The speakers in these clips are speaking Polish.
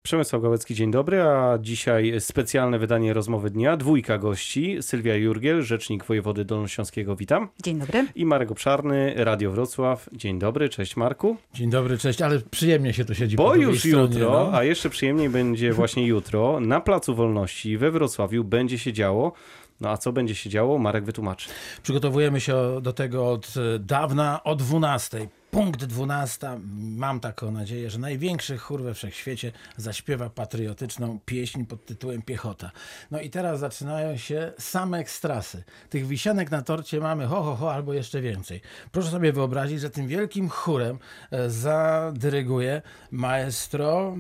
Przemysław Gałecki, dzień dobry, a dzisiaj specjalne wydanie Rozmowy Dnia. Dwójka gości, Sylwia Jurgiel, rzecznik wojewody dolnośląskiego, witam. Dzień dobry. I Marek Obszarny, Radio Wrocław. Dzień dobry, cześć Marku. Dzień dobry, cześć, ale przyjemnie się tu siedzi Bo po drugiej już stronie, jutro, no. a jeszcze przyjemniej będzie właśnie jutro, na Placu Wolności we Wrocławiu będzie się działo. No a co będzie się działo? Marek wytłumaczy. Przygotowujemy się do tego od dawna, o 12. Punkt 12. Mam taką nadzieję, że największy chór we wszechświecie zaśpiewa patriotyczną pieśń pod tytułem Piechota. No i teraz zaczynają się same ekstrasy. Tych wisianek na torcie mamy ho, albo jeszcze więcej. Proszę sobie wyobrazić, że tym wielkim chórem zadyryguje maestro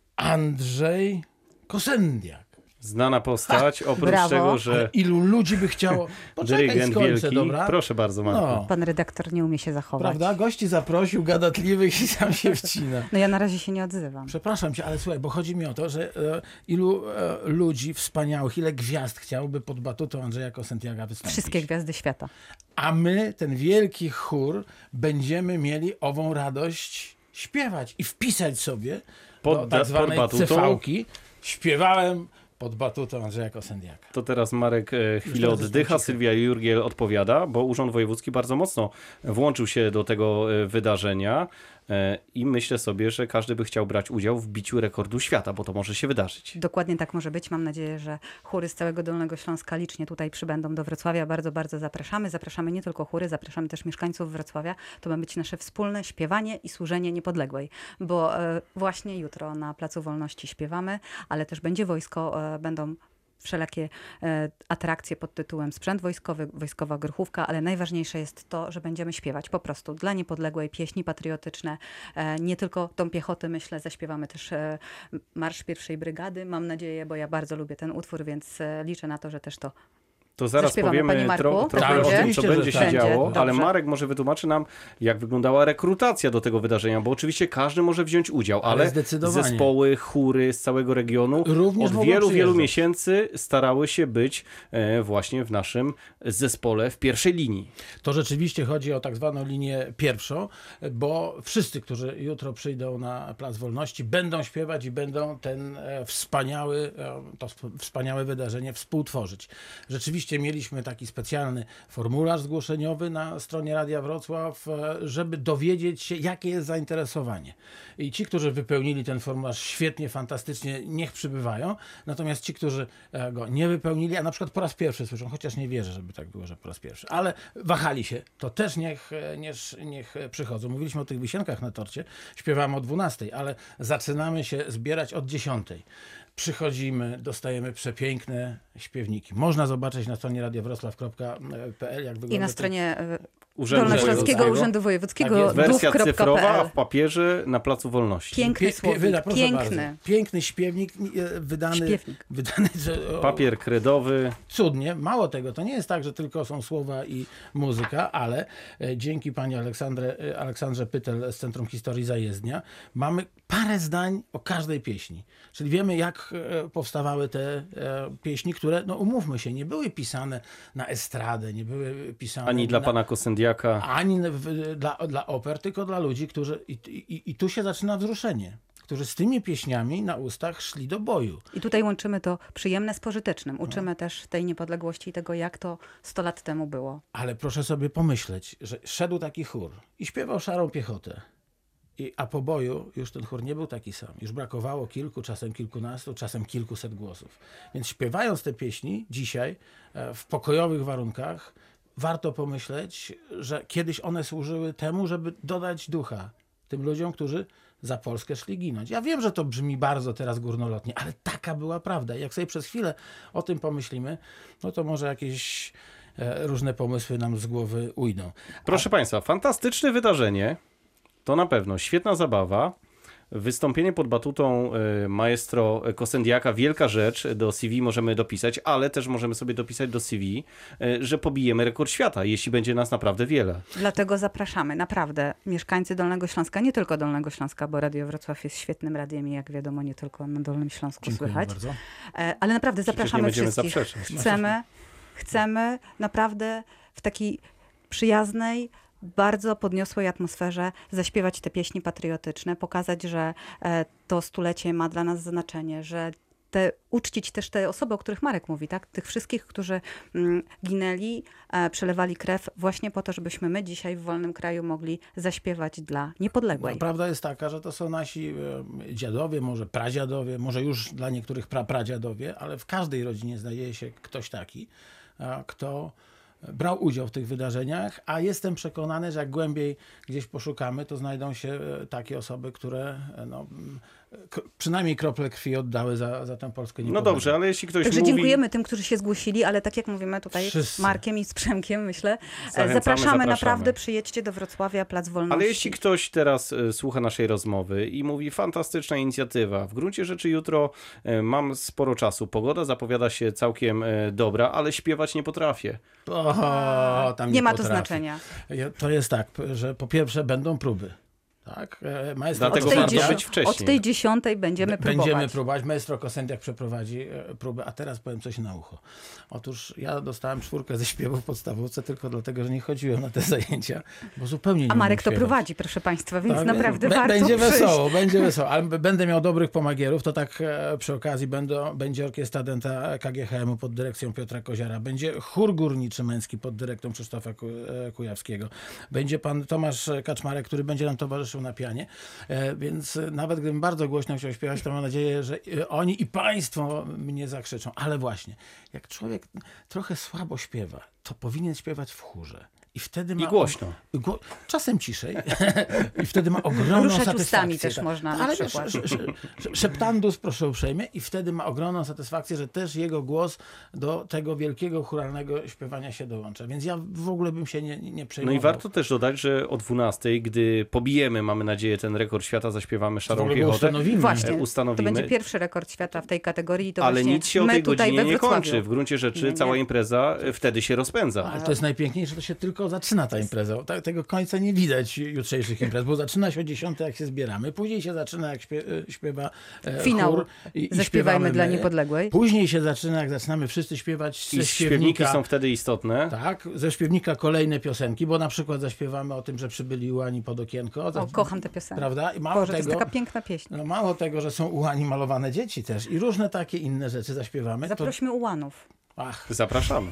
Andrzej Kosendiak. Znana postać, oprócz brawo. tego, że Ale ilu ludzi by chciało... Poczekaj, dyrygent skończę, wielki. dobra? Proszę bardzo, Marku. No. Pan redaktor nie umie się zachować. Prawda? Gości zaprosił gadatliwych i sam się wcina. No ja na razie się nie odzywam. Przepraszam cię, ale słuchaj, bo chodzi mi o to, że ilu ludzi wspaniałych, ile gwiazd chciałoby pod batutą Andrzeja Kosentiaka wystąpić. Wszystkie gwiazdy świata. A my, ten wielki chór, będziemy mieli ową radość śpiewać i wpisać sobie do tak zwanej batutą. CV-ki. Śpiewałem pod batutą Andrzeja Kosendiaka. To teraz Marek chwilę teraz oddycha, jestem Sylwia Jurgiel odpowiada, bo Urząd Wojewódzki bardzo mocno włączył się do tego wydarzenia i myślę sobie, że każdy by chciał brać udział w biciu rekordu świata, bo to może się wydarzyć. Dokładnie tak może być. Mam nadzieję, że chóry z całego Dolnego Śląska licznie tutaj przybędą do Wrocławia. Bardzo, bardzo zapraszamy. Zapraszamy nie tylko chóry, zapraszamy też mieszkańców Wrocławia. To ma być nasze wspólne śpiewanie i służenie niepodległej, bo właśnie jutro na Placu Wolności śpiewamy, ale też będzie wojsko, będą wszelakie atrakcje pod tytułem sprzęt wojskowy, wojskowa grochówka, ale najważniejsze jest to, że będziemy śpiewać po prostu dla niepodległej, pieśni patriotyczne. Nie tylko tą piechotę, myślę, zaśpiewamy też Marsz Pierwszej Brygady, mam nadzieję, bo ja bardzo lubię ten utwór, więc liczę na to, że też to To zaraz zaśpiewamy, powiemy Panie Marku? trochę Tak, o tym, co oczywiście, że będzie się tak. działo, Będzie, ale dobrze. Marek może wytłumaczy nam, jak wyglądała rekrutacja do tego wydarzenia, bo oczywiście każdy może wziąć udział, ale zdecydowanie. zespoły, chóry z całego regionu Również od mogą wielu przyjeżdżać. miesięcy starały się być właśnie w naszym zespole w pierwszej linii. To rzeczywiście chodzi o tak zwaną linię pierwszą, bo wszyscy, którzy jutro przyjdą na Plac Wolności, będą śpiewać i będą to wspaniałe wydarzenie współtworzyć. Rzeczywiście mieliśmy taki specjalny formularz zgłoszeniowy na stronie Radia Wrocław, żeby dowiedzieć się, jakie jest zainteresowanie. I ci, którzy wypełnili ten formularz świetnie, fantastycznie, niech przybywają. Natomiast ci, którzy go nie wypełnili, a na przykład po raz pierwszy słyszą, chociaż nie wierzę, żeby tak było, że po raz pierwszy, ale wahali się, to też niech przychodzą. Mówiliśmy o tych wisiankach na torcie, śpiewamy o 12, ale zaczynamy się zbierać od 10. Przychodzimy, dostajemy przepiękne śpiewniki. Można zobaczyć na stronie radiowroclaw.pl, jak wygląda i na ten- stronie Urzędu Dolnośląskiego Wojewódzkiego. Urzędu Wojewódzkiego Tak jest. Wersja cyfrowa, a w dów.pl. papierze na Placu Wolności. Piękny słownik, proszę piękny. bardzo. Piękny śpiewnik wydany, Śpiewnik. Papier kredowy. cudnie. Mało tego, to nie jest tak, że tylko są słowa i muzyka, ale dzięki pani Aleksandrze Pytel z Centrum Historii Zajezdnia mamy parę zdań o każdej pieśni. Czyli wiemy, jak powstawały te pieśni, które, no umówmy się, nie były pisane na estradę, nie były pisane Ani dla pana Kosendiaka. ani dla oper, tylko dla ludzi, którzy... I tu się zaczyna wzruszenie. Którzy z tymi pieśniami na ustach szli do boju. I tutaj łączymy to przyjemne z pożytecznym. Uczymy też tej niepodległości i tego, jak to 100 lat temu było. Ale proszę sobie pomyśleć, że szedł taki chór i śpiewał Szarą Piechotę. A po boju już ten chór nie był taki sam. Już brakowało kilku, czasem kilkunastu, czasem kilkuset głosów. Więc śpiewając te pieśni dzisiaj w pokojowych warunkach, warto pomyśleć, że kiedyś one służyły temu, żeby dodać ducha tym ludziom, którzy za Polskę szli ginąć. Ja wiem, że to brzmi bardzo teraz górnolotnie, ale taka była prawda. Jak sobie przez chwilę o tym pomyślimy, no to może jakieś różne pomysły nam z głowy ujdą. Proszę Państwa, fantastyczne wydarzenie. To na pewno świetna zabawa. Wystąpienie pod batutą maestro Kosendiaka, wielka rzecz, do CV możemy dopisać, ale też możemy sobie dopisać do CV, że pobijemy rekord świata, jeśli będzie nas naprawdę wiele. Dlatego zapraszamy, naprawdę, mieszkańcy Dolnego Śląska, nie tylko Dolnego Śląska, bo Radio Wrocław jest świetnym radiem i jak wiadomo, nie tylko na Dolnym Śląsku Dziękuję słychać. bardzo. Ale naprawdę Przecież nie zapraszamy będziemy wszystkich. zaprzeczać. Chcemy naprawdę w takiej przyjaznej, bardzo podniosłej atmosferze zaśpiewać te pieśni patriotyczne, pokazać, że to stulecie ma dla nas znaczenie, że uczcić też te osoby, o których Marek mówi, tak? Tych wszystkich, którzy ginęli, przelewali krew właśnie po to, żebyśmy my dzisiaj w wolnym kraju mogli zaśpiewać dla niepodległej. No, prawda jest taka, że to są nasi dziadowie, może pradziadowie, może już dla niektórych pradziadowie, ale w każdej rodzinie znajdzie się ktoś taki, kto brał udział w tych wydarzeniach, a jestem przekonany, że jak głębiej gdzieś poszukamy, to znajdą się takie osoby, które przynajmniej krople krwi oddały za tę Polskę niepodległą. No dobrze, ale jeśli ktoś Także mówi... dziękujemy tym, którzy się zgłosili, ale tak jak mówimy tutaj Wszyscy. z Markiem i z Przemkiem, myślę, Zapraszamy. naprawdę, przyjedźcie do Wrocławia, Plac Wolności. Ale jeśli ktoś teraz słucha naszej rozmowy i mówi, fantastyczna inicjatywa, w gruncie rzeczy jutro mam sporo czasu, pogoda zapowiada się całkiem dobra, ale śpiewać nie potrafię. Tam nie ma to potrafi. znaczenia. To jest tak, że po pierwsze będą próby. Tak? Maestro Dlatego Od tej warto dzie- być wcześniej. Od tej 10 będziemy próbować. Będziemy próbować. Maestro Kosendiak przeprowadzi próbę, a teraz powiem coś na ucho. Otóż ja dostałem 4 ze śpiewów w podstawówce tylko dlatego, że nie chodziłem na te zajęcia, bo zupełnie nie A Marek umiem to śpiewać. prowadzi, proszę Państwa, więc Tak, naprawdę warto będzie przyjść. będzie wesoło, ale będę miał dobrych pomagierów, to tak przy okazji będzie orkiestra denta KGHM-u pod dyrekcją Piotra Koziara, będzie chór górniczy męski pod dyrekcją Krzysztofa Kujawskiego, będzie pan Tomasz Kaczmarek, który będzie nam towarzyszył na pianie, więc nawet gdybym bardzo głośno chciał śpiewać, to mam nadzieję, że oni i państwo mnie zakrzyczą, ale właśnie, jak człowiek trochę słabo śpiewa, to powinien śpiewać w chórze. I wtedy ma głośno. Czasem ciszej. I wtedy ma ogromną Ruszać satysfakcję. ustami też można na Ale przykład. szeptandus, proszę uprzejmie. I wtedy ma ogromną satysfakcję, że też jego głos do tego wielkiego chóralnego śpiewania się dołącza. Więc ja w ogóle bym się nie No przejmował. i warto też dodać, że o 12, gdy pobijemy, mamy nadzieję, ten rekord świata, zaśpiewamy w Szarą ogóle go Piechotę. ustanowimy. Właśnie, to ustanowimy. będzie pierwszy rekord świata w tej kategorii. To Ale właśnie nic się o my tej tutaj godzinie we nie Wrocławiu. kończy. W gruncie rzeczy Nie. cała impreza wtedy się rozpędza. Ale to jest najpiękniejsze, to się tylko zaczyna ta impreza. Tego końca nie widać jutrzejszych imprez, bo zaczyna się o 10, jak się zbieramy, później się zaczyna, jak śpiewa Finał. chór i Zaśpiewajmy śpiewamy dla my. niepodległej. Później się zaczyna, jak zaczynamy wszyscy śpiewać I ze śpiewniki śpiewnika. są wtedy istotne. Tak, ze śpiewnika kolejne piosenki, bo na przykład zaśpiewamy o tym, że przybyli ułani pod okienko. O, kocham tę piosenkę. Prawda? I mało Boże, to tego, jest taka piękna pieśń. no mało tego, że są ułani malowane dzieci też i różne takie inne rzeczy zaśpiewamy. Zaprośmy ułanów. Zapraszamy.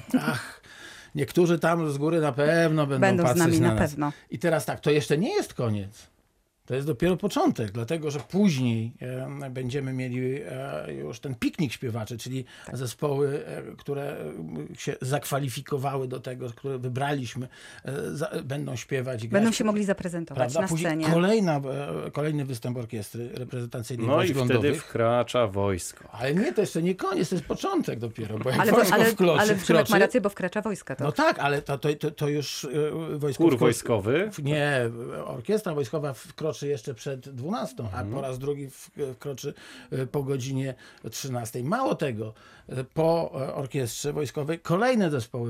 Niektórzy tam z góry na pewno będą Będą z patrzeć nami na na nas. pewno. I teraz tak, to jeszcze nie jest koniec. To jest dopiero początek, dlatego że później będziemy mieli już ten piknik śpiewaczy, czyli zespoły, które się zakwalifikowały do tego, które wybraliśmy, będą śpiewać i grać. Będą się mogli zaprezentować Prawda? na Później scenie. kolejny występ orkiestry reprezentacyjnej No wojsk i wtedy lądowych. wkracza wojsko. Ale nie, to jeszcze nie koniec, to jest początek dopiero, bo jak Ale, wojsko ale Przemek ma wkroczy, rację, bo wkracza wojska. To. no tak, ale to już wojsko Chór wojskowy. Nie, orkiestra wojskowa wkroczy jeszcze przed 12, a po raz drugi wkroczy po godzinie 13. Mało tego, po orkiestrze wojskowej kolejne zespoły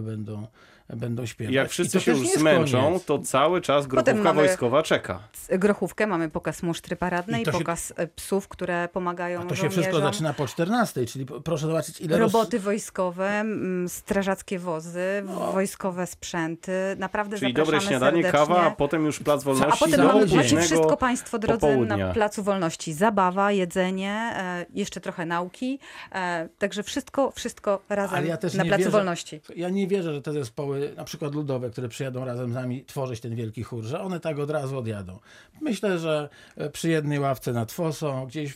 będą śpiewać. Jak I wszyscy to się też już nie jest zmęczą, koniec. to cały czas Potem grochówka mamy- wojskowa czeka. Grochówkę, mamy pokaz musztry paradnej, I to się- pokaz psów, które pomagają A to się żołnierzom. wszystko zaczyna po 14, czyli proszę zobaczyć, ile Roboty wojskowe, strażackie wozy, No. wojskowe sprzęty. Naprawdę Czyli zapraszamy dobre śniadanie, serdecznie. kawa, a potem już Plac Wolności. A potem do mamy godziny. właśnie wszystko Państwo, drodzy, popołudnia. na Placu Wolności. Zabawa, jedzenie, jeszcze trochę nauki. Także wszystko razem Ale ja też na nie Placu wierzę- Wolności. Ja nie wierzę, że te zespoły, na przykład ludowe, które przyjadą razem z nami tworzyć ten wielki chór, że one tak od razu odjadą. Myślę, że przy jednej ławce nad fosą, gdzieś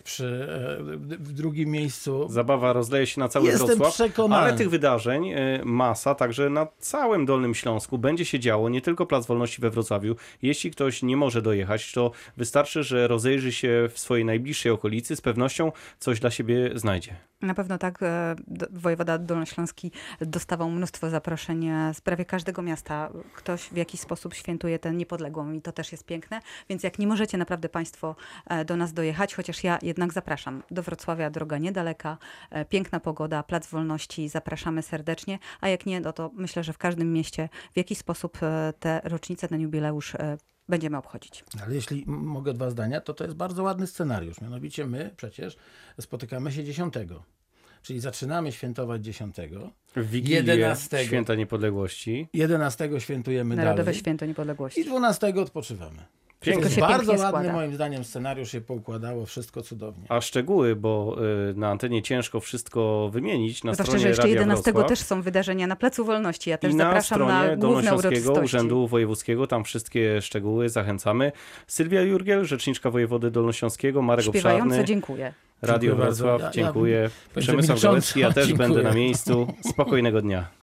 w drugim miejscu. Zabawa rozleje się na cały Jestem Wrocław, przekonany. ale tych wydarzeń masa, także na całym Dolnym Śląsku będzie się działo, nie tylko Plac Wolności we Wrocławiu. Jeśli ktoś nie może dojechać, to wystarczy, że rozejrzy się w swojej najbliższej okolicy, z pewnością coś dla siebie znajdzie. Na pewno tak. Wojewoda dolnośląski dostawał mnóstwo zaproszeń z prawie każdego miasta. Ktoś w jakiś sposób świętuje tę niepodległą i to też jest piękne. Więc jak nie możecie naprawdę Państwo do nas dojechać, chociaż ja jednak zapraszam. Do Wrocławia droga niedaleka, piękna pogoda, Plac Wolności, zapraszamy serdecznie. A jak nie, no to myślę, że w każdym mieście w jakiś sposób te rocznice, ten jubileusz będziemy obchodzić. Ale jeśli mogę 2 zdania, to jest bardzo ładny scenariusz. Mianowicie my przecież spotykamy się 10. czyli zaczynamy świętować 10, W Wigilię 11. Święta Niepodległości. 11 świętujemy Narodowe dalej Święto i Niepodległości. 12 odpoczywamy. Pięknie. To jest się bardzo pięknie ładny, składa. moim zdaniem, scenariusz się poukładało, wszystko cudownie. A szczegóły, bo na antenie ciężko wszystko wymienić, na Zwłaszcza, stronie że jeszcze Radia 11 Wrocław też są wydarzenia na Placu Wolności. Ja też i na zapraszam na stronie główne Dolnośląskiego uroczystości. Urzędu Wojewódzkiego, tam wszystkie szczegóły zachęcamy. Sylwia Jurgiel, rzeczniczka wojewody dolnośląskiego, Marek Śpiewająco Obszarny, dziękuję. Radio Dziękuję bardzo. Wrocław, dziękuję. powiem, że Przemysław milcząco Gałecki, ja też dziękuję. będę na miejscu. Spokojnego dnia.